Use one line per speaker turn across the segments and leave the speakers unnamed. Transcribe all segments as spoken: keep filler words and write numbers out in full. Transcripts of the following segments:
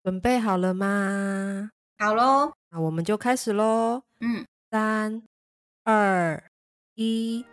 准备好了吗？
好咯。
那我们就开始咯。
嗯，
三、二、一。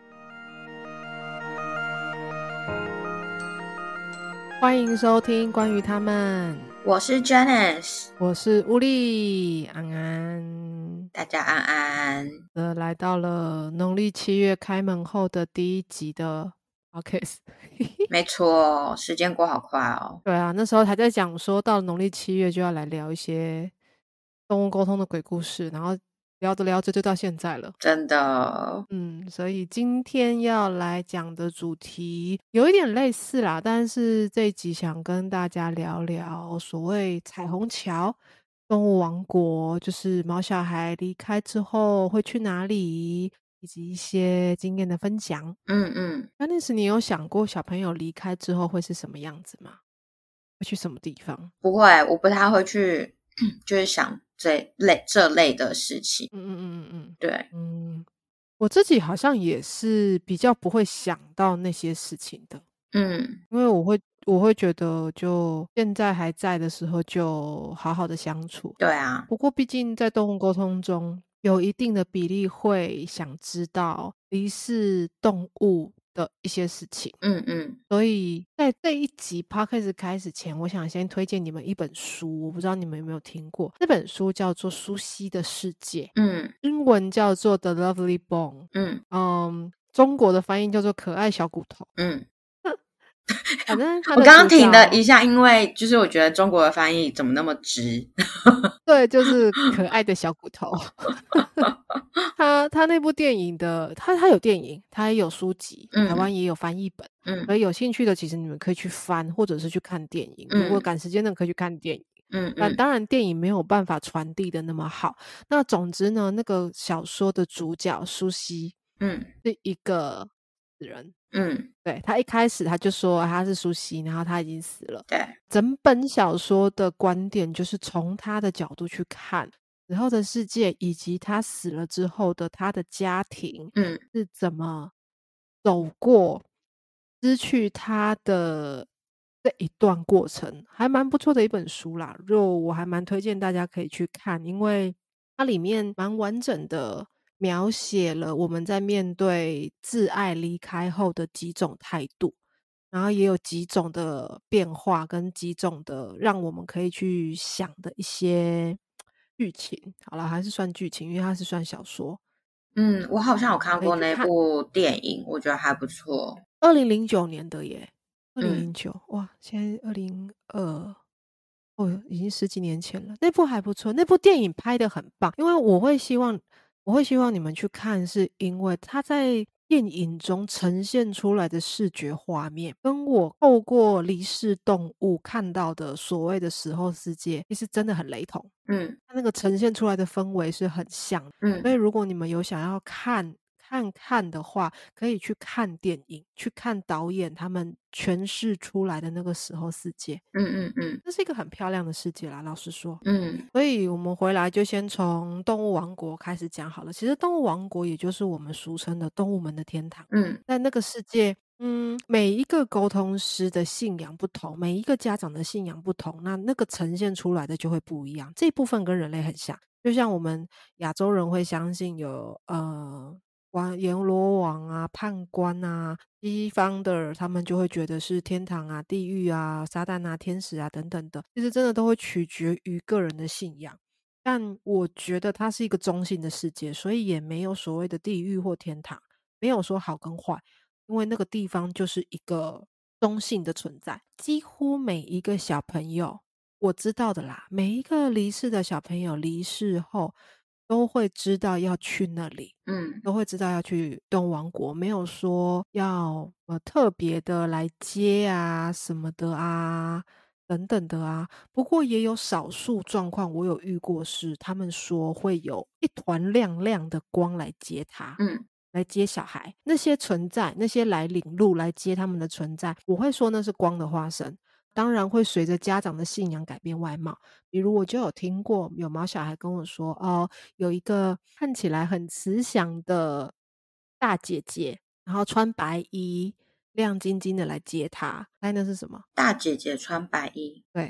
欢迎收听关于他们，
我是 Janice，
我是乌力安安。
大家安安。
呃，来到了农历七月开门后的第一集的 podcast。
没错，时间过好快哦。
对啊，那时候还在讲说，到了农历七月就要来聊一些动物沟通的鬼故事，然后聊着聊着就到现在了。
真的。
嗯，所以今天要来讲的主题有一点类似啦，但是这一集想跟大家聊聊所谓彩虹桥、动物王国，就是毛小孩离开之后会去哪里，以及一些经验的分享。
嗯嗯，
那那时你有想过小朋友离开之后会是什么样子吗？会去什么地方？
不会，我不太会去，就是想这类这类的事情。
嗯嗯嗯嗯嗯，
对，
嗯，我自己好像也是比较不会想到那些事情的。
嗯，
因为我会我会觉得就现在还在的时候就好好的相处。
对啊，
不过毕竟在动物沟通中，有一定的比例会想知道离世动物的一些事情。
嗯嗯，
所以在这一集 podcast 开始前，我想先推荐你们一本书，我不知道你们有没有听过。这本书叫做《苏西的世界》，
嗯
英文叫做《The Lovely Bone》，
嗯
嗯，中国的翻译叫做《可爱小骨头》。
嗯。
反正他的
我刚刚停了
主角
一下，因为就是我觉得中国的翻译怎么那么直？
对，就是可爱的小骨头。他他那部电影的他他有电影，他也有书籍，台湾
嗯
也有翻译本。
嗯
所以有兴趣的，其实你们可以去翻，或者是去看电影。如果
嗯
赶时间的，可以去看电影。
嗯嗯
但当然，电影没有办法传递的那么好。那总之呢，那个小说的主角苏西
嗯
是一个死人。
嗯，
对，他一开始他就说他是苏西，然后他已经死了。
对，
整本小说的观点就是从他的角度去看死后的世界，以及他死了之后的他的家庭
嗯
是怎么走过失去他的这一段过程，还蛮不错的一本书啦。就我还蛮推荐大家可以去看，因为它里面蛮完整的描写了我们在面对挚爱离开后的几种态度。然后也有几种的变化，跟几种的让我们可以去想的一些剧情。好了，还是算剧情，因为它是算小说。
嗯，我好像有看过那
可以去看。
部电影，我觉得还不错。
二零零九年的耶。二零
嗯
零九，哇，现在二零二哦，已经十几年前了。那部还不错，那部电影拍得很棒。因为我会希望我会希望你们去看，是因为它在电影中呈现出来的视觉画面，跟我透过离世动物看到的所谓的死后世界，其实真的很雷同。
嗯
它那个呈现出来的氛围是很像的。所以
嗯
如果你们有想要看看看的话，可以去看电影，去看导演他们诠释出来的那个死后世界。
嗯嗯嗯
这是一个很漂亮的世界啦，老实说。
嗯
所以我们回来就先从动物王国开始讲好了。其实动物王国也就是我们俗称的动物们的天堂。
嗯
在那个世界，嗯，每一个沟通师的信仰不同，每一个家长的信仰不同，那那个呈现出来的就会不一样。这部分跟人类很像，就像我们亚洲人会相信有呃王阎罗王啊、判官啊，西方的他们就会觉得是天堂啊、地狱啊、撒旦啊、天使啊等等的。其实真的都会取决于个人的信仰。但我觉得它是一个中性的世界，所以也没有所谓的地狱或天堂，没有说好跟坏。因为那个地方就是一个中性的存在。几乎每一个小朋友，我知道的啦，每一个离世的小朋友离世后都会知道要去那里，
嗯
都会知道要去动物王国，没有说要呃特别的来接啊什么的啊等等的啊。不过也有少数状况我有遇过，是他们说会有一团亮亮的光来接他。
嗯
来接小孩，那些存在，那些来领路来接他们的存在，我会说那是光的化身。当然会随着家长的信仰改变外貌。比如我就有听过有毛小孩跟我说，哦，有一个看起来很慈祥的大姐姐，然后穿白衣，亮晶晶的来接他。猜那是什么？
大姐姐穿白衣，
对，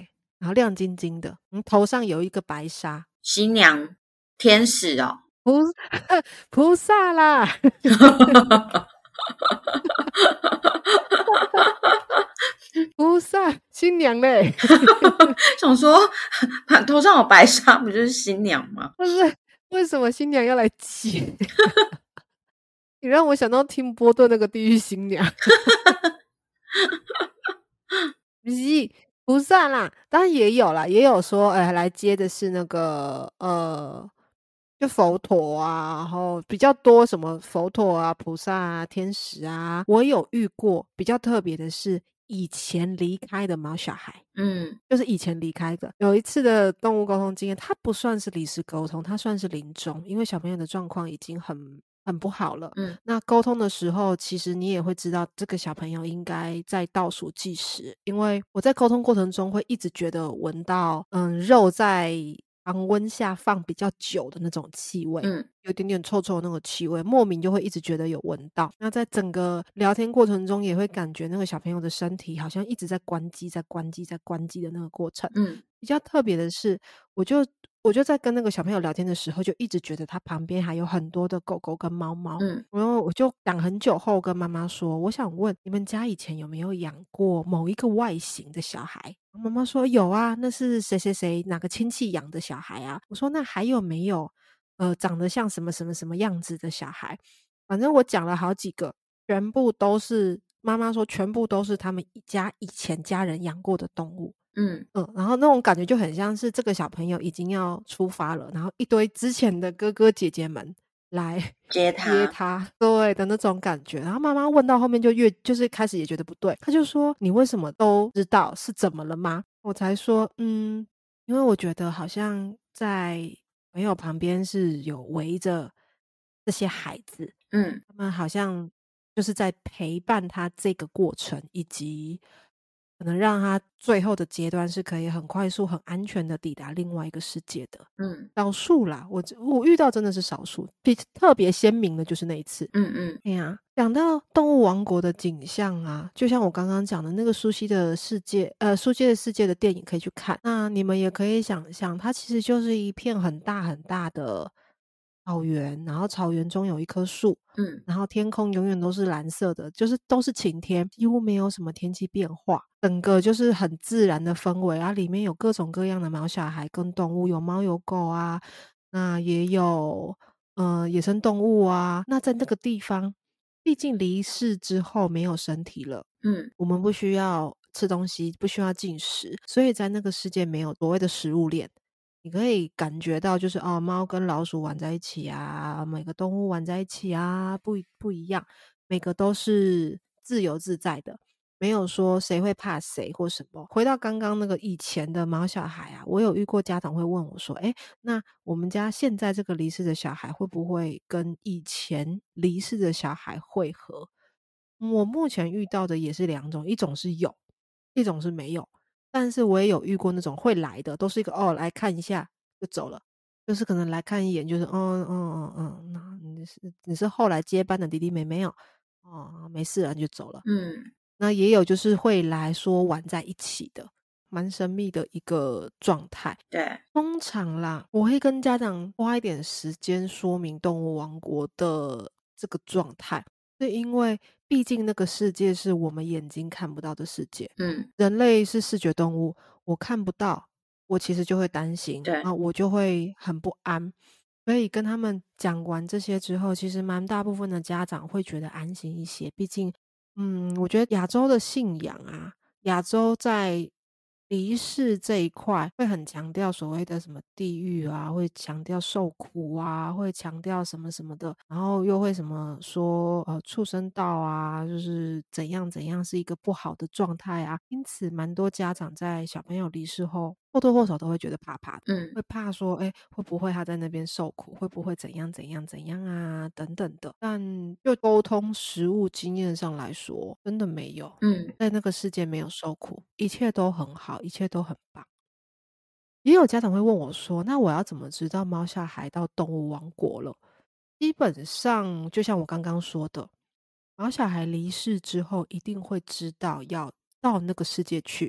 然后亮晶晶的，嗯，头上有一个白纱。
新娘、天使哦。
菩菩萨啦。菩萨，新娘嘞。
想说头上有白纱不就是新娘吗？
不是，为什么新娘要来接？你让我想到听波顿那个地狱新娘。不是，不算啦，当然也有啦，也有说，哎，来接的是那个，呃，就佛陀啊，然后比较多什么佛陀啊、菩萨啊、天使啊。我有遇过比较特别的是，以前离开的毛小孩。
嗯。
就是以前离开的。有一次的动物沟通经验，它不算是离世沟通，它算是临终，因为小朋友的状况已经很很不好了。
嗯。
那沟通的时候，其实你也会知道这个小朋友应该在倒数计时，因为我在沟通过程中会一直觉得闻到，嗯，肉在常温下放比较久的那种气味，
嗯。
有点点臭臭的那个气味，莫名就会一直觉得有闻到。那在整个聊天过程中，也会感觉那个小朋友的身体好像一直在关机、在关机、在关机的那个过程。
嗯。
比较特别的是，我就我就在跟那个小朋友聊天的时候，就一直觉得他旁边还有很多的狗狗跟猫猫。
嗯。
然后我就讲很久后跟妈妈说，我想问你们家以前有没有养过某一个外形的小孩？妈妈说有啊，那是谁谁谁哪个亲戚养的小孩啊。我说那还有没有呃长得像什么什么什么样子的小孩？反正我讲了好几个，全部都是妈妈说全部都是他们家以前家人养过的动物。
嗯。
嗯，然后那种感觉就很像是这个小朋友已经要出发了，然后一堆之前的哥哥姐姐们来
接
接
他。
他，对的那种感觉。然后妈妈问到后面就越就是开始也觉得不对，她就说：“你为什么都知道，是怎么了吗？”我才说：“嗯，因为我觉得好像在朋友旁边是有围着这些孩子，
嗯。
他们好像就是在陪伴他这个过程，以及可能让他最后的阶段是可以很快速、很安全的抵达另外一个世界的。”
嗯。
少数啦，我我遇到真的是少数，比特别鲜明的就是那一次。
嗯嗯。
哎呀，讲到动物王国的景象啊，就像我刚刚讲的那个苏西的世界，呃，苏西的世界的电影可以去看。那你们也可以想象，它其实就是一片很大很大的草原，然后草原中有一棵树，
嗯。
然后天空永远都是蓝色的，就是都是晴天，几乎没有什么天气变化，整个就是很自然的氛围啊。里面有各种各样的毛小孩跟动物，有猫有狗啊，那也有呃野生动物啊。那在那个地方，毕竟离世之后没有身体了，
嗯。
我们不需要吃东西，不需要进食，所以在那个世界没有所谓的食物链。你可以感觉到就是哦，猫跟老鼠玩在一起啊，每个动物玩在一起啊，不一不一样，每个都是自由自在的，没有说谁会怕谁或什么。回到刚刚那个以前的毛小孩啊，我有遇过家长会问我说：“诶，那我们家现在这个离世的小孩会不会跟以前离世的小孩会合？”我目前遇到的也是两种，一种是有，一种是没有。但是我也有遇过那种会来的，都是一个哦，来看一下就走了，就是可能来看一眼，就是嗯嗯嗯嗯，那你是你是后来接班的弟弟妹妹哦，哦，没事了，就走了。
嗯。
那也有就是会来说玩在一起的，蛮神秘的一个状态。
对。
通常啦，我会跟家长花一点时间说明动物王国的这个状态，是因为毕竟那个世界是我们眼睛看不到的世界。
嗯。
人类是视觉动物，我看不到，我其实就会担心，
对。
啊，我就会很不安。所以跟他们讲完这些之后，其实蛮大部分的家长会觉得安心一些。毕竟，嗯，我觉得亚洲的信仰啊，亚洲在离世这一块会很强调所谓的什么地狱啊，会强调受苦啊，会强调什么什么的，然后又会什么说呃畜生道啊，就是怎样怎样是一个不好的状态啊。因此，蛮多家长在小朋友离世后，或多或少都会觉得怕怕的。
嗯。
会怕说，哎，会不会他在那边受苦？会不会怎样怎样怎样啊？等等的。但就沟通实务经验上来说，真的没有，
嗯。
在那个世界没有受苦，一切都很好，一切都很棒。也有家长会问我说：“那我要怎么知道猫下海到动物王国了？”基本上就像我刚刚说的，毛小孩离世之后一定会知道要到那个世界去，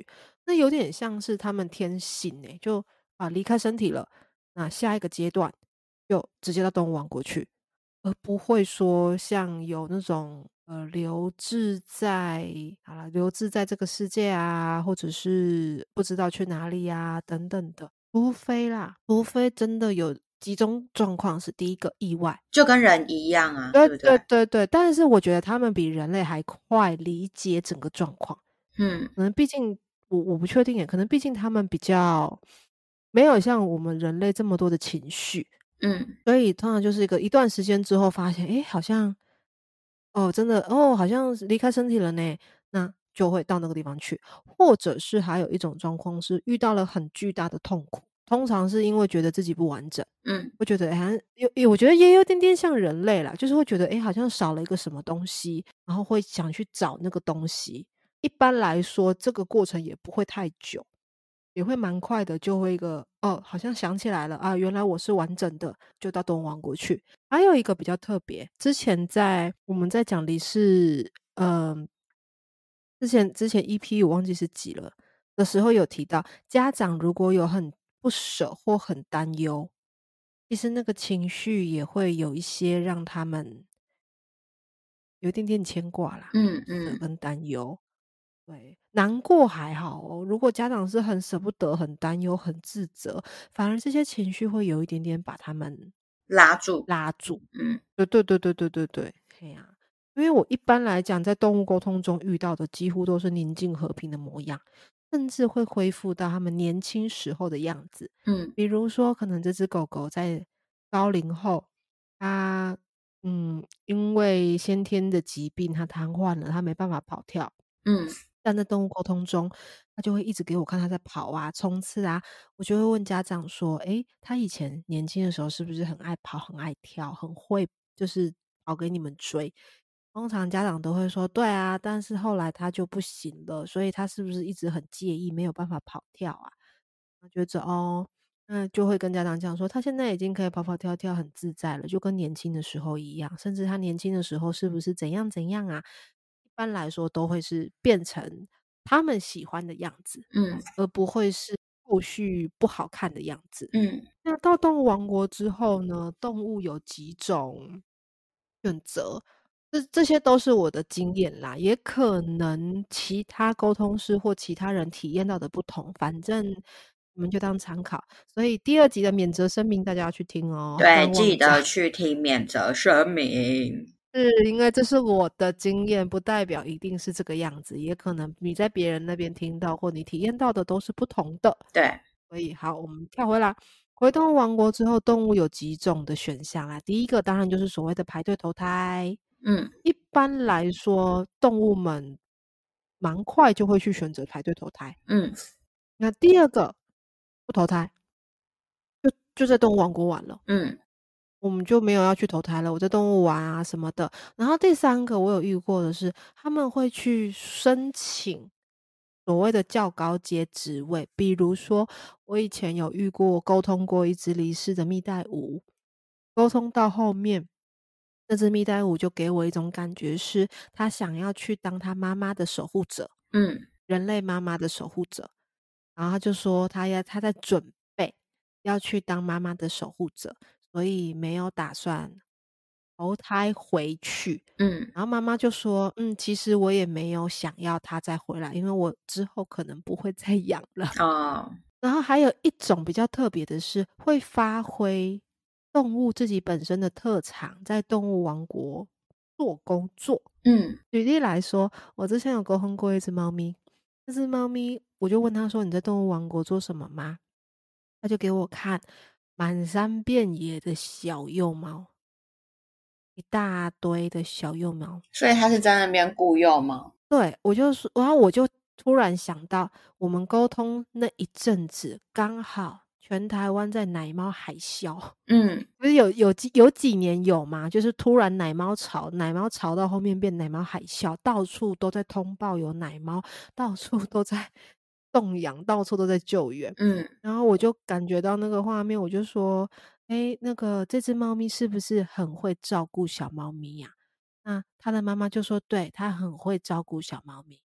那有点像是他们天性欸，就，啊，离开身体了，那下一个阶段就直接到动物王国去，而不会说像有那种，呃，留置在好了，留置在这个世界啊，或者是不知道去哪里啊等等的。除非啦，除非真的有几种状况是第一个意外。
就跟人一样啊，
对对
对不对？
对对，但是我觉得他们比人类还快理解整个状况。
嗯，
可能毕竟我我不确定耶，可能毕竟他们比较没有像我们人类这么多的情绪，
嗯，
所以通常就是一个一段时间之后发现，诶，好像哦，真的，哦，好像是离开身体了呢，那就会到那个地方去。或者是还有一种状况是遇到了很巨大的痛苦，通常是因为觉得自己不完整，
嗯，
会觉得，诶，好像有有我觉得也有点点像人类啦，就是会觉得，诶，好像少了一个什么东西，然后会想去找那个东西。一般来说，这个过程也不会太久，也会蛮快的，就会一个哦，好像想起来了啊，原来我是完整的，就到动物王国去。还有一个比较特别，之前在我们在讲离世，呃，之前之前 E P 我忘记是几了的时候有提到，家长如果有很不舍或很担忧，其实那个情绪也会有一些让他们有一点点牵挂啦，
嗯，
不舍
嗯，
跟担忧。对，难过还好哦，如果家长是很舍不得、很担忧、很自责，反而这些情绪会有一点点把他们
拉住，
拉住。
嗯，
对对对对对对对，嘿呀。因为我一般来讲，在动物沟通中遇到的几乎都是宁静和平的模样，甚至会恢复到他们年轻时候的样子。
嗯，
比如说，可能这只狗狗在高龄后，它嗯，因为先天的疾病，它瘫痪了，它没办法跑跳。
嗯，
但在动物沟通中，他就会一直给我看他在跑啊、冲刺啊，我就会问家长说：“诶，他以前年轻的时候是不是很爱跑、很爱跳、很会就是跑给你们追？”通常家长都会说：“对啊，但是后来他就不行了，所以他是不是一直很介意，没有办法跑跳啊？”我觉着哦，那就会跟家长讲说，他现在已经可以跑跑跳跳很自在了，就跟年轻的时候一样，甚至他年轻的时候是不是怎样怎样啊？一般来说都会是变成他们喜欢的样子，
嗯，
而不会是后续不好看的样子。
嗯，
那到动物王国之后呢，动物有几种选择，这这些都是我的经验啦，也可能其他沟通师或其他人体验到的不同，反正你们就当参考。所以第二集的免责声明大家要去听哦，不
对，
然忘讲。
记得去听免责声明。
是，因为这是我的经验，不代表一定是这个样子，也可能你在别人那边听到或你体验到的都是不同的。
对，
所以好，我们跳回来，回动物王国之后，动物有几种的选项啊？第一个当然就是所谓的排队投胎。
嗯，
一般来说，动物们蛮快就会去选择排队投胎。
嗯，
那第二个不投胎，就就在动物王国玩了。
嗯，
我们就没有要去投胎了，我在动物玩啊什么的。然后第三个我有遇过的是，他们会去申请所谓的较高阶职位，比如说我以前有遇过沟通过一只离世的蜜袋鼯，沟通到后面，那只蜜袋鼯就给我一种感觉是，他想要去当他妈妈的守护者，
嗯，
人类妈妈的守护者。然后他就说他要他在准备要去当妈妈的守护者，所以没有打算投胎回去。
嗯，
然后妈妈就说：“嗯，其实我也没有想要他再回来，因为我之后可能不会再养了。”
哦，
然后还有一种比较特别的是，会发挥动物自己本身的特长，在动物王国做工作。
嗯，
举例来说，我之前有沟通过一只猫咪，那只猫咪我就问他说：“你在动物王国做什么吗？”他就给我看满山遍野的小幼猫，一大堆的小幼猫。
所以他是在那边雇佣吗？
对，我就说然后我就突然想到，我们沟通那一阵子，刚好全台湾在奶猫海啸。
嗯，
不是有有几有几年有吗？就是突然奶猫潮，奶猫潮到后面变奶猫海啸，到处都在通报有奶猫，到处都在动养，到处都在救援。
嗯，
然后我就感觉到那个画面，我就说：“诶，那个这只猫咪是不是很会照顾小猫咪呀？”那它的妈妈就说：“对，它很会照顾小猫咪。”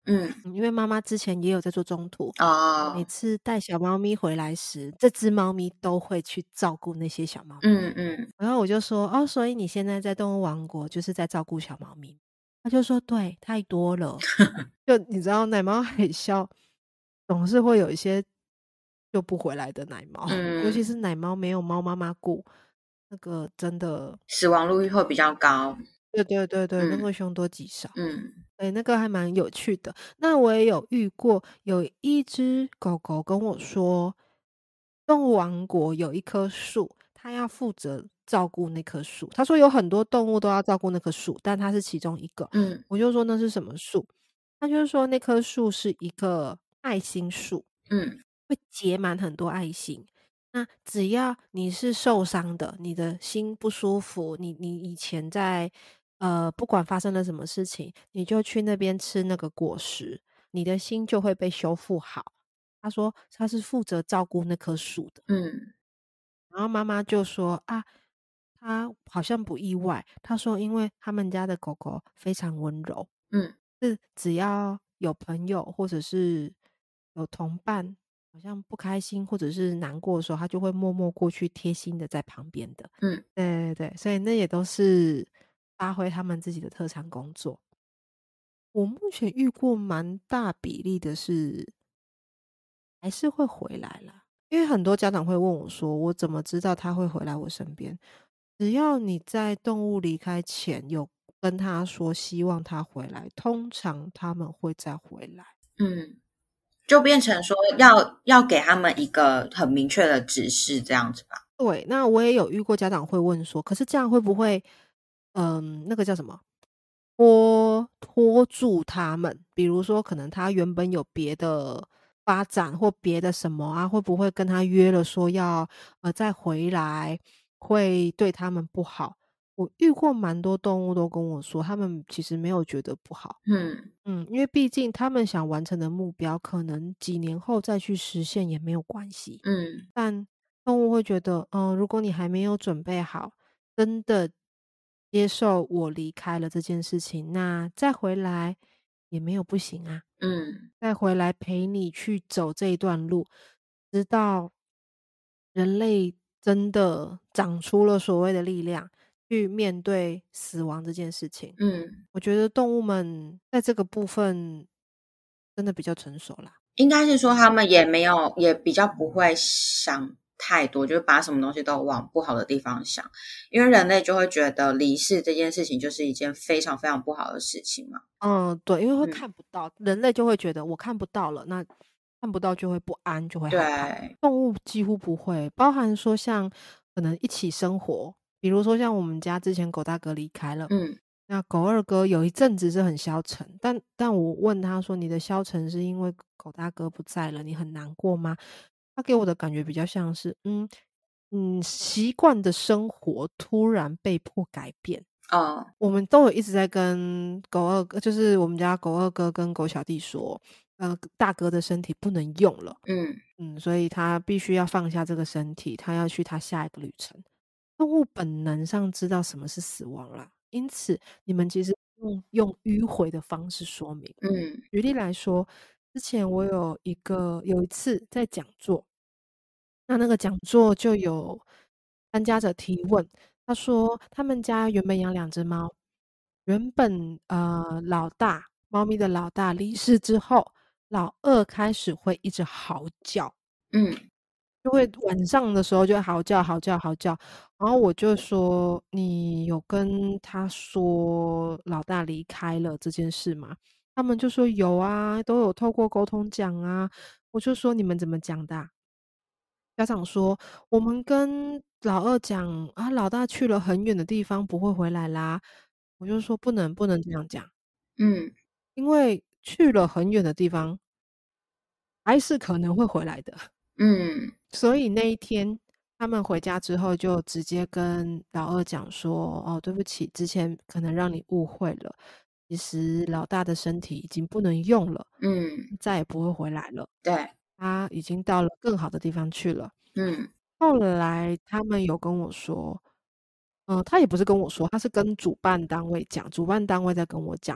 嗯。
嗯，因为妈妈之前也有在做中途，每
哦。
次带小猫咪回来时，这只猫咪都会去照顾那些小猫咪。
嗯嗯。
然后我就说：“哦，所以你现在在动物王国就是在照顾小猫咪？”他就说：“对，太多了。”就你知道奶猫海啸总是会有一些救不回来的奶猫，尤其是
嗯。
奶猫没有猫妈妈顾，那个真的
死亡率会比较高。
对对对对，那
嗯。
个凶多吉少。
嗯。
对，那个还蛮有趣的。那我也有遇过，有一只狗狗跟我说，动物王国有一棵树，它要负责照顾那棵树。他说有很多动物都要照顾那棵树，但它是其中一个。
嗯。
我就说那是什么树？他就是说那棵树是一个爱心树，
嗯。
会结满很多爱心。那只要你是受伤的，你的心不舒服，你你以前在呃，不管发生了什么事情，你就去那边吃那个果实，你的心就会被修复好。他说他是负责照顾那棵树的。
嗯。
然后妈妈就说：“啊，她好像不意外。”她说：“因为他们家的狗狗非常温柔，
嗯。
是只要有朋友或者是有同伴，好像不开心或者是难过的时候，它就会默默过去贴心的在旁边的。”
嗯。
对对对，所以那也都是发挥他们自己的特长工作。我目前遇过蛮大比例的是还是会回来啦。因为很多家长会问我说：“我怎么知道他会回来我身边？”只要你在动物离开前有跟他说希望他回来，通常他们会再回来。
嗯，就变成说要要给他们一个很明确的指示这样子吧？
对，那我也有遇过家长会问说：“可是这样会不会，嗯，那个叫什么，拖拖住他们？比如说可能他原本有别的发展或别的什么啊，会不会跟他约了说要，呃，再回来，会对他们不好？”我遇过蛮多动物都跟我说，他们其实没有觉得不好。
嗯。
嗯，因为毕竟他们想完成的目标，可能几年后再去实现也没有关系。
嗯。
但动物会觉得，呃，如果你还没有准备好，真的接受我离开了这件事情，那再回来也没有不行啊。
嗯。
再回来陪你去走这一段路，直到人类真的长出了所谓的力量，去面对死亡这件事情。
嗯。
我觉得动物们在这个部分真的比较成熟啦。
应该是说他们也没有也比较不会想太多，就是把什么东西都往不好的地方想。因为人类就会觉得离世这件事情就是一件非常非常不好的事情嘛。
嗯，对，因为会
嗯。
看不到，人类就会觉得我看不到了，那看不到就会不安，就会害怕。
对。
动物几乎不会，包含说像可能一起生活，比如说像我们家之前狗大哥离开了，
嗯。
那狗二哥有一阵子是很消沉，但但我问他说：“你的消沉是因为狗大哥不在了，你很难过吗？”他给我的感觉比较像是，嗯嗯，习惯的生活突然被迫改变。
哦。
我们都有一直在跟狗二哥就是我们家狗二哥跟狗小弟说，呃，大哥的身体不能用了。
嗯。
嗯，所以他必须要放下这个身体，他要去他下一个旅程。动物本能上知道什么是死亡啦，因此你们其实用用迂回的方式说明。
嗯。
举例来说，之前我有一个有一次在讲座，那那个讲座就有参加者提问，他说他们家原本养两只猫，原本，呃，老大猫咪的老大离世之后，老二开始会一直嚎叫。
嗯。
就会晚上的时候就会嚎叫嚎叫嚎叫，然后我就说：“你有跟他说老大离开了这件事吗？”他们就说：“有啊，都有透过沟通讲啊。”我就说：“你们怎么讲的啊？”家长说：“我们跟老二讲，啊，老大去了很远的地方，不会回来啦。”我就说：“不能不能这样讲。”
嗯。
因为去了很远的地方还是可能会回来的。
嗯。
所以那一天，他们回家之后就直接跟老二讲说：“哦，对不起，之前可能让你误会了，其实老大的身体已经不能用了，
嗯。
再也不会回来了，
对。
他已经到了更好的地方去了。”
嗯。
后来他们有跟我说呃，他也不是跟我说，他是跟主办单位讲，主办单位在跟我讲。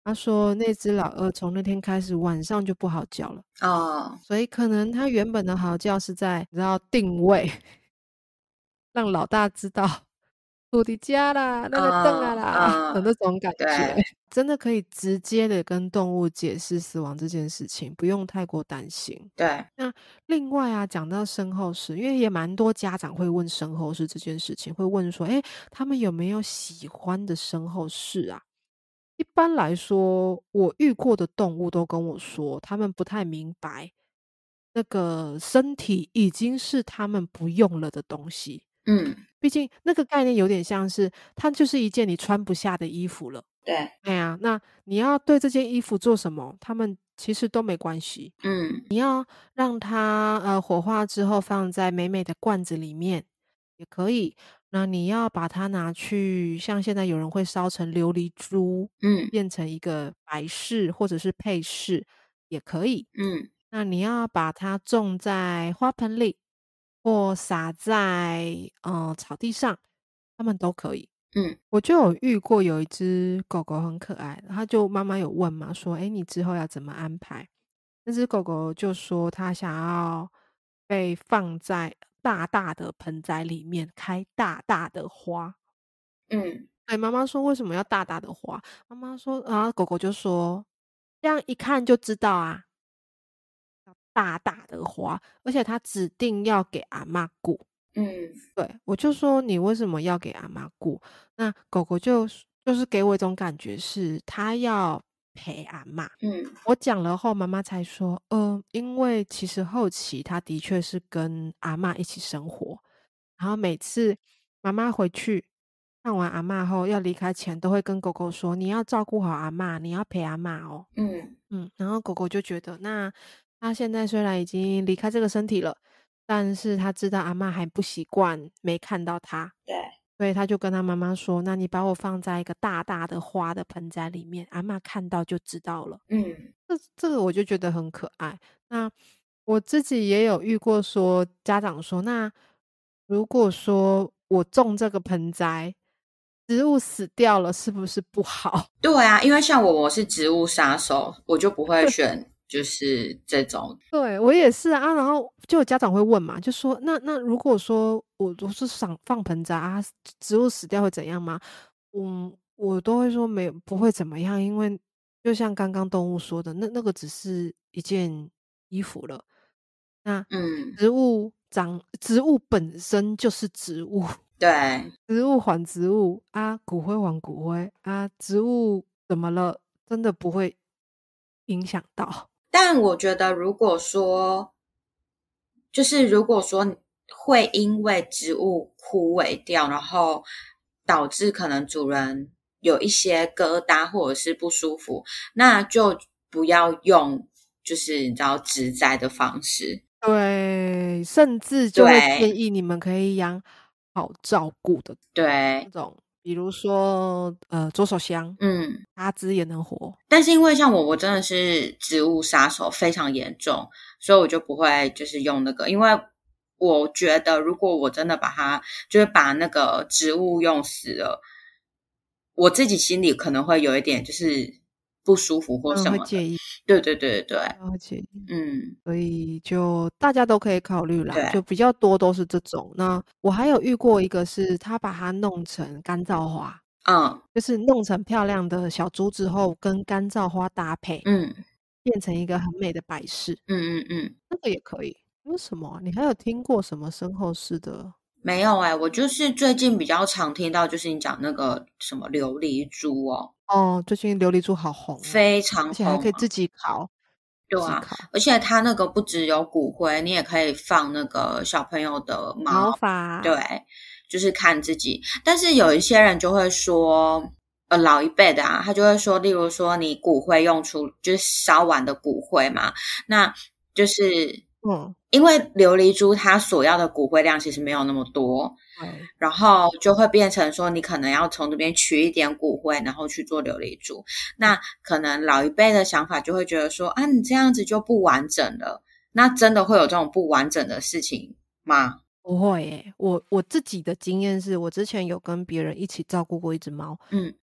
他说那只老二从那天开始晚上就不好叫了，
哦，
所以可能他原本的嚎叫是在你知道定位，让老大知道我的家啦，那个凳
嗯
啊啦的
嗯，
那种感觉，
对
真的可以直接的跟动物解释死亡这件事情，不用太过担心。
对，
那另外啊，讲到身后事，因为也蛮多家长会问身后事这件事情，会问说，诶，他们有没有喜欢的身后事啊？一般来说，我遇过的动物都跟我说，他们不太明白那个身体已经是他们不用了的东西。
嗯，
毕竟那个概念有点像是，它就是一件你穿不下的衣服了。
对，
哎呀，那你要对这件衣服做什么，他们其实都没关系。
嗯
你要让它呃火化之后放在美美的罐子里面也可以。那你要把它拿去，像现在有人会烧成琉璃珠，
嗯
变成一个摆饰或者是配饰也可以。
嗯
那你要把它种在花盆里，或撒在呃草地上，它们都可以。
嗯
我就有遇过有一只狗狗很可爱，它就妈妈有问嘛，说：“诶，你之后要怎么安排？”那只狗狗就说它想要被放在大大的盆栽里面，开大大的花。
嗯
哎，妈妈说：“为什么要大大的花？”妈妈说，然后狗狗就说：“这样一看就知道啊，大大的花，而且它指定要给阿嬷顾。”
嗯
对，我就说：“你为什么要给阿嬷顾？”那狗狗就是就是给我一种感觉是，它要陪阿嬷。
嗯
我讲了后，妈妈才说：“呃，因为其实后期它的确是跟阿嬷一起生活，然后每次妈妈回去看完阿嬷后要离开前，都会跟狗狗说：‘你要照顾好阿嬷，你要陪阿嬷哦。’
嗯
嗯，然后狗狗就觉得，那它现在虽然已经离开这个身体了，但是它知道阿嬷还不习惯没看到它，
对，
所以它就跟它妈妈说：‘那你把我放在一个大大的花的盆栽里面，阿嬷看到就知道了。’
嗯
这这个我就觉得很可爱。那我自己也有遇过说，家长说，那如果说我种这个盆栽，植物死掉了，是不是不好？
对啊，因为像我我是植物杀手，我就不会选就是这种，
对，我也是啊，然后就有家长会问嘛，就说那那如果说我我是想放盆栽啊，植物死掉会怎样吗？嗯，我都会说没不会怎么样，因为就像刚刚动物说的，那那个只是一件衣服了。那
嗯，
植物长植物本身就是植物，
对。
植物还植物啊，骨灰还骨灰啊，植物怎么了？真的不会影响到。
但我觉得，如果说，就是如果说会因为植物枯萎掉，然后导致可能主人有一些疙瘩或者是不舒服，那就不要用就是你知道植栽的方式。
对，甚至就会建
对
议你们可以养好照顾的那
对，
种，比如说，呃，左手香，
嗯。
阿兹也能活。
但是因为像我，我真的是植物杀手非常严重，所以我就不会就是用那个，因为我觉得如果我真的把它就是把那个植物用死了，我自己心里可能会有一点就是不舒服或
嗯，
什么的。
会介意，
对对对对对，
他会介意，
嗯，
所以就大家都可以考虑啦，就
对，
比较多都是这种。那我还有遇过一个是他把它弄成干燥花，
嗯
就是弄成漂亮的小珠之后，跟干燥花搭配，
嗯
变成一个很美的摆饰，
嗯嗯嗯，
那个也可以。为什么啊？你还有听过什么身后事的？
没有哎、我就是最近比较常听到就是你讲那个什么琉璃珠哦，
哦，最近琉璃珠好红哦，
非常
而且还
红啊。
可以自己烤，自
对啊，
己烤。
而且它那个不只有骨灰，你也可以放那个小朋友的毛，
毛发，
对，就是看自己。但是有一些人就会说，呃，老一辈的啊，他就会说，例如说你骨灰用出就是烧完的骨灰嘛，那就是
嗯，
因为琉璃珠它所要的骨灰量其实没有那么多，
对，
然后就会变成说，你可能要从这边取一点骨灰，然后去做琉璃珠。那可能老一辈的想法就会觉得说，啊，你这样子就不完整了。那真的会有这种不完整的事情吗？
不会耶。我我自己的经验是我之前有跟别人一起照顾过一只猫，
嗯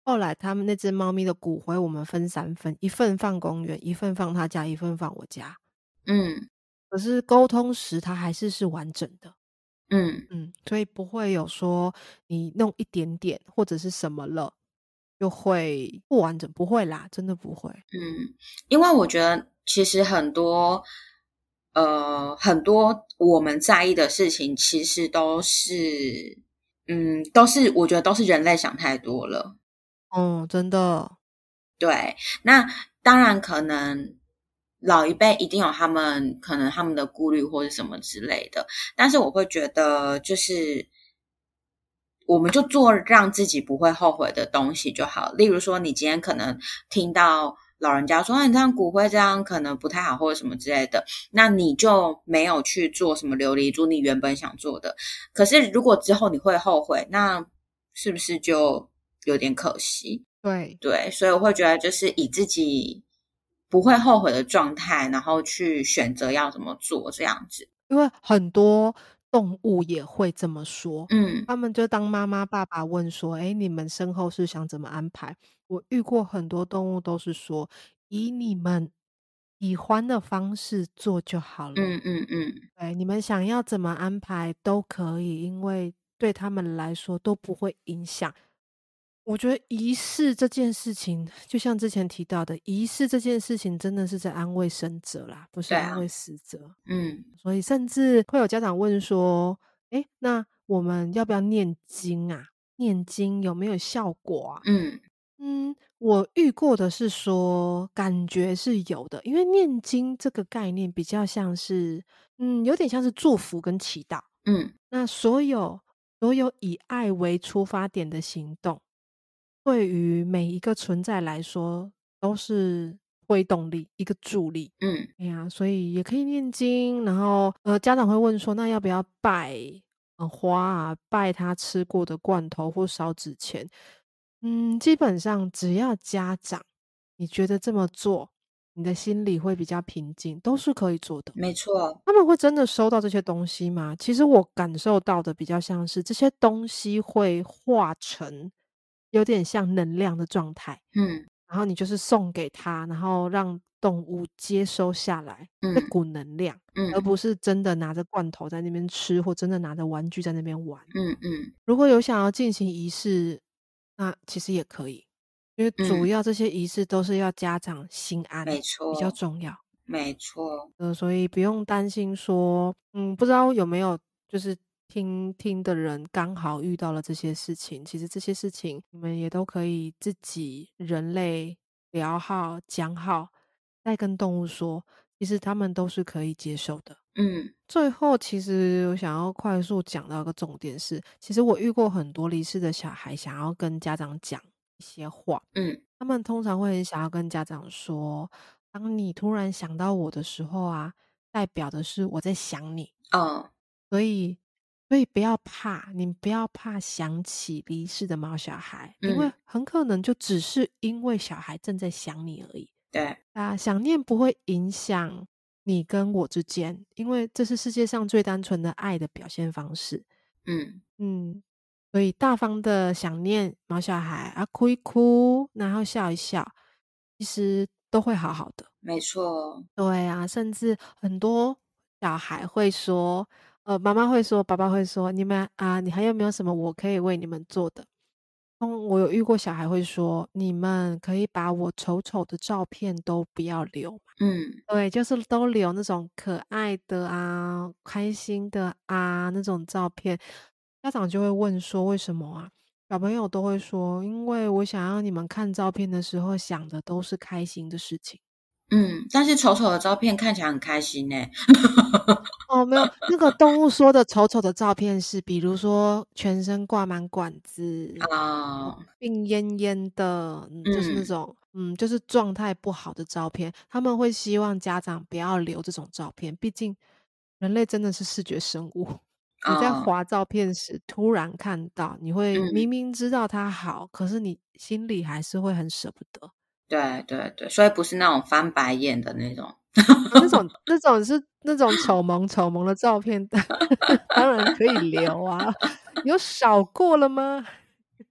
后来他们那只猫咪的骨灰我们分三份，一份放公园，一份放他家，一份放我家。
嗯
可是沟通时它还是是完整的。
嗯
嗯，所以不会有说你弄一点点或者是什么了，就会不完整，不会啦，真的不会。
嗯，因为我觉得其实很多呃很多我们在意的事情，其实都是嗯都是我觉得都是人类想太多了。
嗯，真的。
对，那当然可能老一辈一定有他们可能他们的顾虑或者什么之类的，但是我会觉得就是我们就做让自己不会后悔的东西就好。例如说，你今天可能听到老人家说：“啊，你这样骨灰这样可能不太好，或者什么之类的。”那你就没有去做什么琉璃珠你原本想做的。可是如果之后你会后悔，那是不是就有点可惜？
对。
对，所以我会觉得就是以自己不会后悔的状态，然后去选择要怎么做这样子。
因为很多动物也会这么说，
嗯
他们就当妈妈爸爸问说：“诶，你们身后事想怎么安排？”我遇过很多动物都是说：“以你们喜欢的方式做就好了，
嗯嗯嗯
对，你们想要怎么安排都可以，因为对他们来说都不会影响。”我觉得仪式这件事情，就像之前提到的，仪式这件事情真的是在安慰生者啦，不是
对啊，
安慰死者。
嗯
所以甚至会有家长问说：“诶，那我们要不要念经啊？念经有没有效果啊？”
嗯
嗯，我遇过的是说，感觉是有的，因为念经这个概念比较像是，嗯，有点像是祝福跟祈祷。
嗯
那所有所有以爱为出发点的行动，对于每一个存在来说都是推动力，一个助力。
嗯
哎呀，所以也可以念经，然后呃，家长会问说，那要不要拜呃花啊，拜他吃过的罐头或烧纸钱？嗯，基本上只要家长你觉得这么做，你的心里会比较平静，都是可以做的。
没错，
他们会真的收到这些东西吗？其实我感受到的比较像是这些东西会化成有点像能量的状态，
嗯
然后你就是送给他，然后让动物接收下来这
嗯
股能量，而
嗯
不是真的拿着罐头在那边吃，或真的拿着玩具在那边玩。
嗯嗯
如果有想要进行仪式，那其实也可以，因为主
嗯，
要这些仪式都是要家长心安
没
比较
错
重要。
没错，
呃，所以不用担心说，嗯，不知道有没有就是听听的人刚好遇到了这些事情，其实这些事情你们也都可以自己人类聊好讲好，再跟动物说，其实他们都是可以接受的。
嗯
最后，其实我想要快速讲到一个重点是，其实我遇过很多离世的小孩想要跟家长讲一些话，
嗯
他们通常会很想要跟家长说：“当你突然想到我的时候啊，代表的是我在想你。”
哦，
所以所以不要怕，你不要怕想起离世的毛小孩，因为
嗯
很可能就只是因为小孩正在想你而已。
对，
啊，想念不会影响你跟我之间，因为这是世界上最单纯的爱的表现方式。
嗯
嗯，所以大方的想念毛小孩啊，哭一哭，然后笑一笑，其实都会好好的。
没错，
对啊，甚至很多小孩会说，呃，妈妈会说，爸爸会说，你们啊，你还有没有什么我可以为你们做的？嗯，我有遇过小孩会说，你们可以把我丑丑的照片都不要留吗？
嗯
对，就是都留那种可爱的啊、开心的啊那种照片。家长就会问说为什么啊？小朋友都会说，因为我想要你们看照片的时候想的都是开心的事情。
嗯，但是丑丑的照片看起来很开心呢。
哦，没有，那个动物说的丑丑的照片是，比如说全身挂满管子，哦，
哦，
病恹恹的，嗯，就是那
嗯
种，嗯，就是状态不好的照片，他们会希望家长不要留这种照片，毕竟人类真的是视觉生物。你在
哦，
滑照片时突然看到，你会
嗯。
明明知道它好，可是你心里还是会很舍不得。
对对对，所以不是那种翻白眼的那种。
啊，那种那种是那种丑萌丑萌的照片，当然可以留啊，有少过了吗？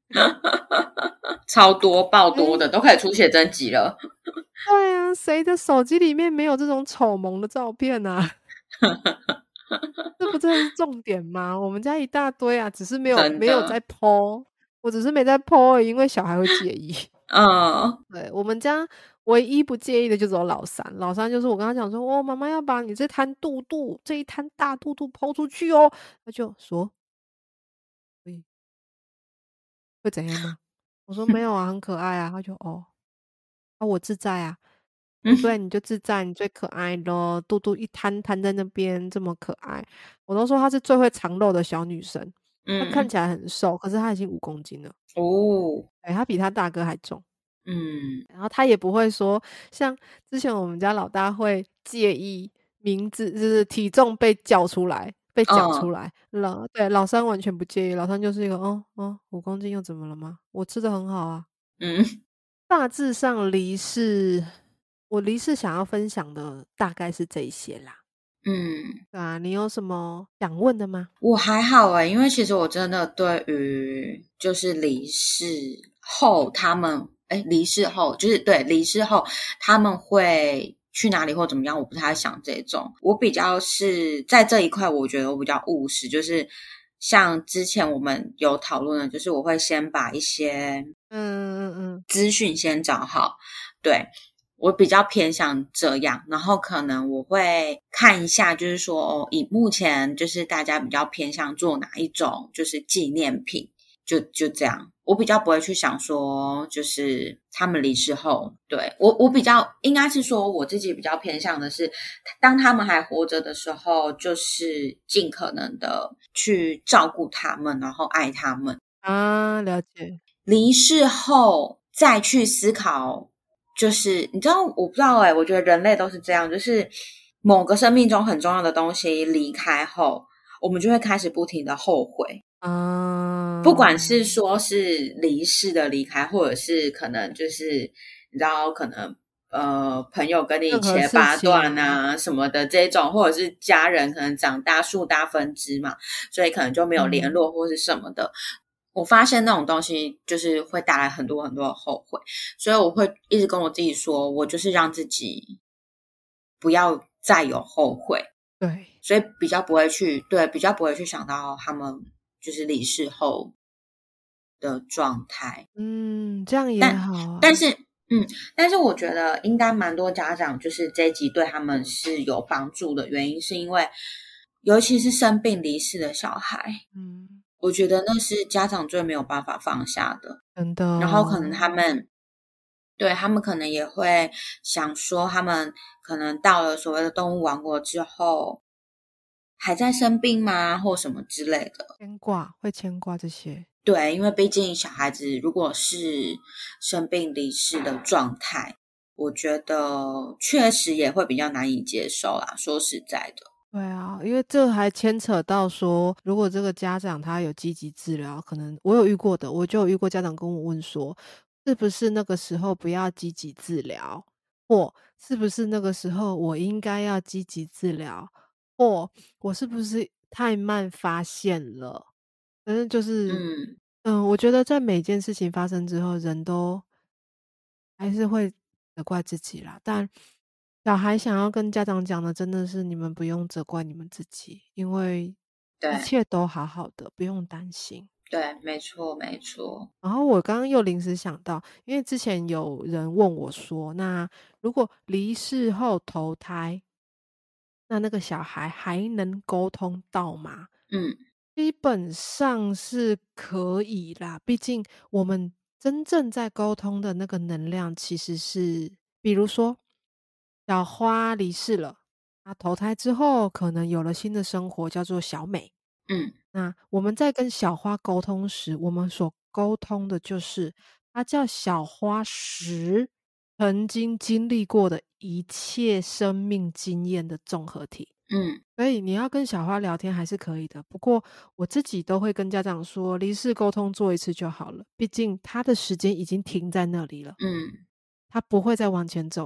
超多爆多
诶
的，都可以出写真集了。
对啊，谁的手机里面没有这种丑萌的照片啊？这不真的是重点吗？我们家一大堆啊，只是没有
真的。
没有在 po，我只是没在 po 而已，因为小孩会介意。
嗯。
对，我们家唯一不介意的就只有老三，老三就是我跟他讲说：“哦，妈妈要把你这滩肚肚这一滩大肚肚抛出去哦。”他就说：“会会怎样吗？”我说：“没有啊，很可爱啊。”他就：“哦，啊，我自在啊。”我说：“对，你就自在，你最可爱咯，肚肚一摊摊在那边，这么可爱。”我都说她是最会藏肉的小女生，她看
嗯。
起来很瘦，可是她已经五公斤了。
哦。
哎，她比她大哥还重。
嗯。
然后她也不会说像之前我们家老大会介意名字就是体重被叫出来被讲出
嗯。
来，老对，老三完全不介意，老三就是一个：“哦，哦五公斤又怎么了吗？我吃得很好啊。”
嗯。
大致上离世我离世想要分享的大概是这一些啦。
嗯。
对啊，你有什么想问的吗？
我还好诶，因为其实我真的对于就是离世后他们诶，离世后就是对，离世后他们会去哪里或怎么样，我不太想这种。我比较是在这一块我觉得我比较务实，就是像之前我们有讨论的，就是我会先把一些
嗯嗯嗯。
资讯先找好，对。我比较偏向这样，然后可能我会看一下，就是说，哦，以目前就是大家比较偏向做哪一种，就是纪念品，就就这样。我比较不会去想说，就是他们离世后，对，我我比较应该是说我自己比较偏向的是，当他们还活着的时候，就是尽可能的去照顾他们，然后爱他们。
啊，了解。
离世后再去思考，就是你知道我不知道诶，我觉得人类都是这样，就是某个生命中很重要的东西离开后，我们就会开始不停的后悔。不管是
啊。
说是离世的离开，或者是可能就是你知道可能呃朋友跟你
任何事
切八段
情。
啊什么的这种，或者是家人可能长大树大分支嘛，所以可能就没有联
嗯。
络或是什么的。我发现那种东西就是会带来很多很多的后悔，所以我会一直跟我自己说，我就是让自己不要再有后悔。
对。
所以比较不会去对，比较不会去想到他们就是离世后的状态。
嗯，这样也
但
好啊。
但是嗯，但是我觉得应该蛮多家长就是这一集对他们是有帮助的原因，是因为尤其是生病离世的小孩，
嗯。
我觉得那是家长最没有办法放下的。
真的
然后可能他
哦。
们对，他们可能也会想说，他们可能到了所谓的动物王国之后，还在生病吗？或什么之类的。
牵挂，会牵挂这些。
对，因为毕竟小孩子如果是生病离世的状态，我觉得确实也会比较难以接受啦，说实在的。
对啊，因为这还牵扯到说，如果这个家长他有积极治疗，可能我有遇过的，我就有遇过家长跟我问说，是不是那个时候不要积极治疗，或是不是那个时候我应该要积极治疗，或我是不是太慢发现了？反正就是，
嗯。
嗯，我觉得在每件事情发生之后，人都还是会责怪自己啦，但小孩想要跟家长讲的真的是你们不用责怪你们自己，因为一
对。
切都好好的，不用担心。
对，没错没错。
然后我刚刚又临时想到，因为之前有人问我说，那如果离世后投胎，那那个小孩还能沟通到吗？
嗯。
基本上是可以啦，毕竟我们真正在沟通的那个能量其实是比如说小花离世了，她投胎之后可能有了新的生活，叫做小美。
嗯。
那我们在跟小花沟通时，我们所沟通的就是它叫小花十曾经经历过的一切生命经验的综合体。
嗯。
所以你要跟小花聊天还是可以的，不过我自己都会跟家长说，离世沟通做一次就好了，毕竟他的时间已经停在那里了，
嗯。
他不会再往前走了。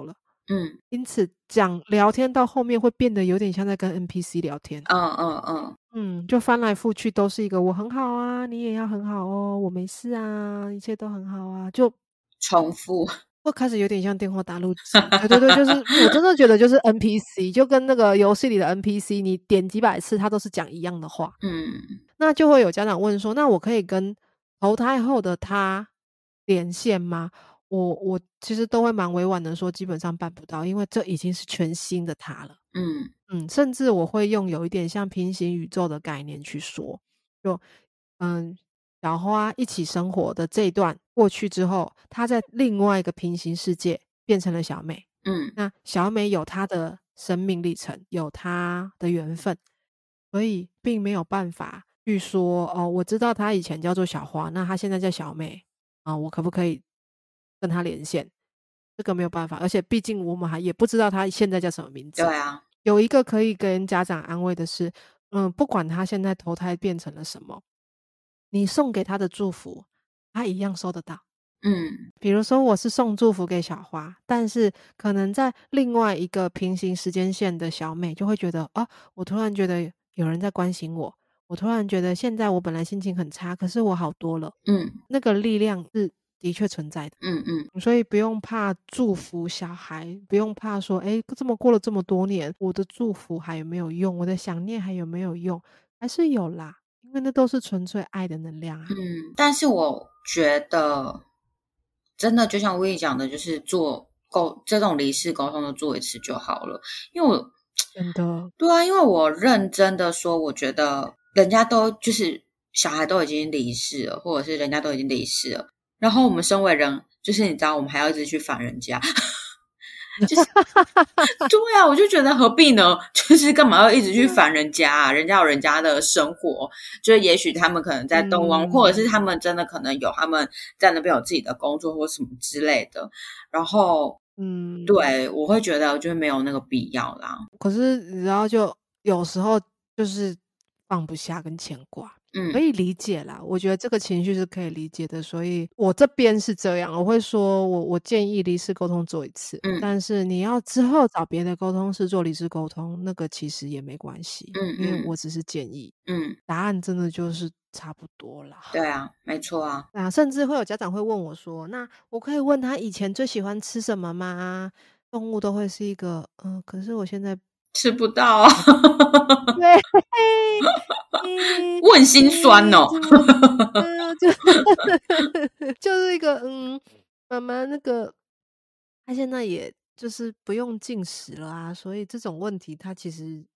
嗯
因此讲聊天到后面会变得有点像在跟 N P C 聊天。
嗯嗯嗯，
嗯，就翻来覆去都是一个"我很好啊，你也要很好哦，我没事啊，一切都很好啊"，就
重复。
会开始有点像电话打录机。对对对，就是我真的觉得就是 N P C，就跟那个游戏里的 N P C，你点几百次，他都是讲一样的话。
嗯
那就会有家长问说："那我可以跟投胎后的他连线吗？"我我其实都会蛮委婉的说，基本上办不到，因为这已经是全新的他了。
嗯
嗯，甚至我会用有一点像平行宇宙的概念去说，就嗯，小花一起生活的这一段过去之后，她在另外一个平行世界变成了小美。
嗯
那小美有她的生命历程，有她的缘分，所以并没有办法去说哦，我知道她以前叫做小花，那她现在叫小美啊，我可不可以跟她连线？这个没有办法，而且毕竟我们还也不知道她现在叫什么名字。
对啊，
有一个可以跟家长安慰的是，嗯，不管他现在投胎变成了什么，你送给他的祝福，他一样收得到。
嗯
比如说我是送祝福给小花，但是可能在另外一个平行时间线的小美就会觉得，啊，我突然觉得有人在关心我，我突然觉得现在我本来心情很差，可是我好多了。
嗯
那个力量是的确存在的。
嗯嗯
所以不用怕祝福小孩，不用怕说，诶，这么过了这么多年，我的祝福还有没有用？我的想念还有没有用？还是有啦，因为那都是纯粹爱的能量啊。
嗯，但是我觉得真的就像威讲的，就是做沟这种离世沟通就做一次就好了。因为我
真的。
对啊，因为我认真的说，我觉得人家都就是小孩都已经离世了，或者是人家都已经离世了，然后我们身为人，就是你知道，我们还要一直去烦人家。就是对啊，我就觉得何必呢？就是干嘛要一直去烦人家啊？人家有人家的生活，就是也许他们可能在动物，或者是
嗯。
他们真的可能有他们在那边有自己的工作或什么之类的。然后，
嗯。
对，我会觉得就是没有那个必要啦。
可是你知道就有时候就是放不下跟牵挂，可
嗯
以理解啦，我觉得这个情绪是可以理解的，所以我这边是这样，我会说我我建议离世沟通做一次，
嗯
但是你要之后找别的沟通师做离世沟通，那个其实也没关系，因为
嗯嗯
我只是建议，
嗯，
答案真的就是差不多啦。
对啊，没错啊。
啊，甚至会有家长会问我说：“那我可以问他以前最喜欢吃什么吗？”动物都会是一个，嗯，可是我现在
吃不到啊。
对，嗯
我很心酸
嗯，
哦。
就嗯，就就是一个，嗯，妈妈那个他现在也就是不用进食了啊，所以这种问题他其实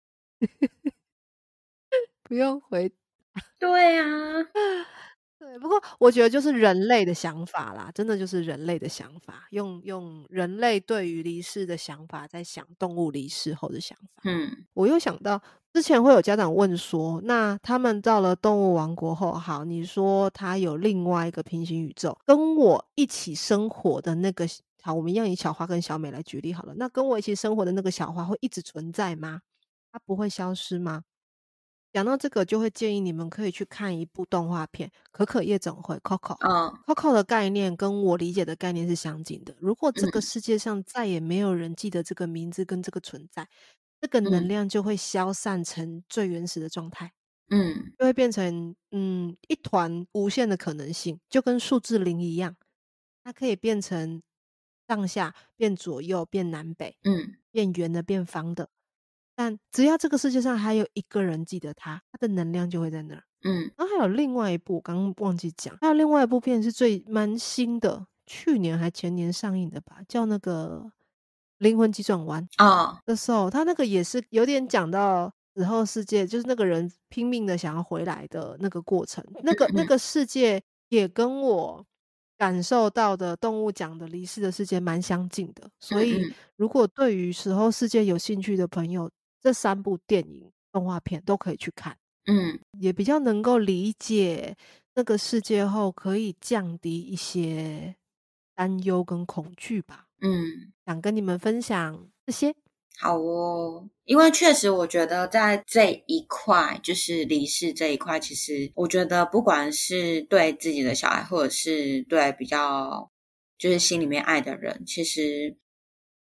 不用回。
对啊。
对，不过我觉得就是人类的想法啦，真的就是人类的想法，用用人类对于离世的想法在想动物离世后的想法。
嗯
我又想到之前会有家长问说，那他们到了动物王国后，好，你说他有另外一个平行宇宙，跟我一起生活的那个，好，我们一样以小花跟小美来举例好了，那跟我一起生活的那个小花会一直存在吗？它不会消失吗？讲到这个，就会建议你们可以去看一部动画片《可可夜总会》（Coco）。
嗯
Coco 的概念跟我理解的概念是相近的。如果这个
嗯
世界上再也没有人记得这个名字跟这个存在，这个能
嗯
量就会消散成最原始的状态，
嗯
就会变成嗯一团无限的可能性，就跟数字零一样，它可以变成上下、变左右、变南北、
嗯
变圆的、变方的。但只要这个世界上还有一个人记得他，他的能量就会在那儿。
嗯
然后还有另外一部，我刚刚忘记讲，还有另外一部片是最蛮新的，去年还前年上映的吧，叫那个《灵魂急转弯》
哦
的时候，他那个也是有点讲到死后世界，就是那个人拼命的想要回来的那个过程，那个那
嗯
个世界也跟我感受到的动物讲的离世的世界蛮相近的，所以
嗯嗯
如果对于死后世界有兴趣的朋友，这三部电影、动画片都可以去看。
嗯
也比较能够理解那个世界后，可以降低一些担忧跟恐惧吧。
嗯，
想跟你们分享这些。
好哦。因为确实我觉得在这一块，就是离世这一块，其实我觉得不管是对自己的小孩，或者是对比较就是心里面爱的人，其实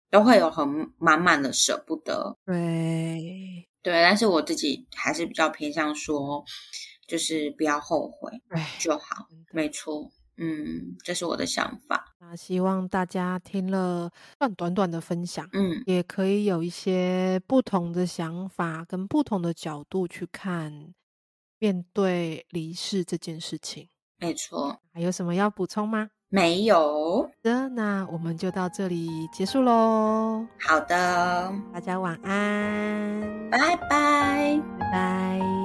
都会有很满满的舍不得。
对
对，但是我自己还是比较偏向说，就是不要后悔就好。没错，嗯，这是我的想法。
那希望大家听了段短短的分享，
嗯，
也可以有一些不同的想法跟不同的角度去看面对离世这件事情。
没错。
还有什么要补充吗？
没有。
好的，那我们就到这里结束咯。
好的，
大家晚安，
拜拜。
拜拜。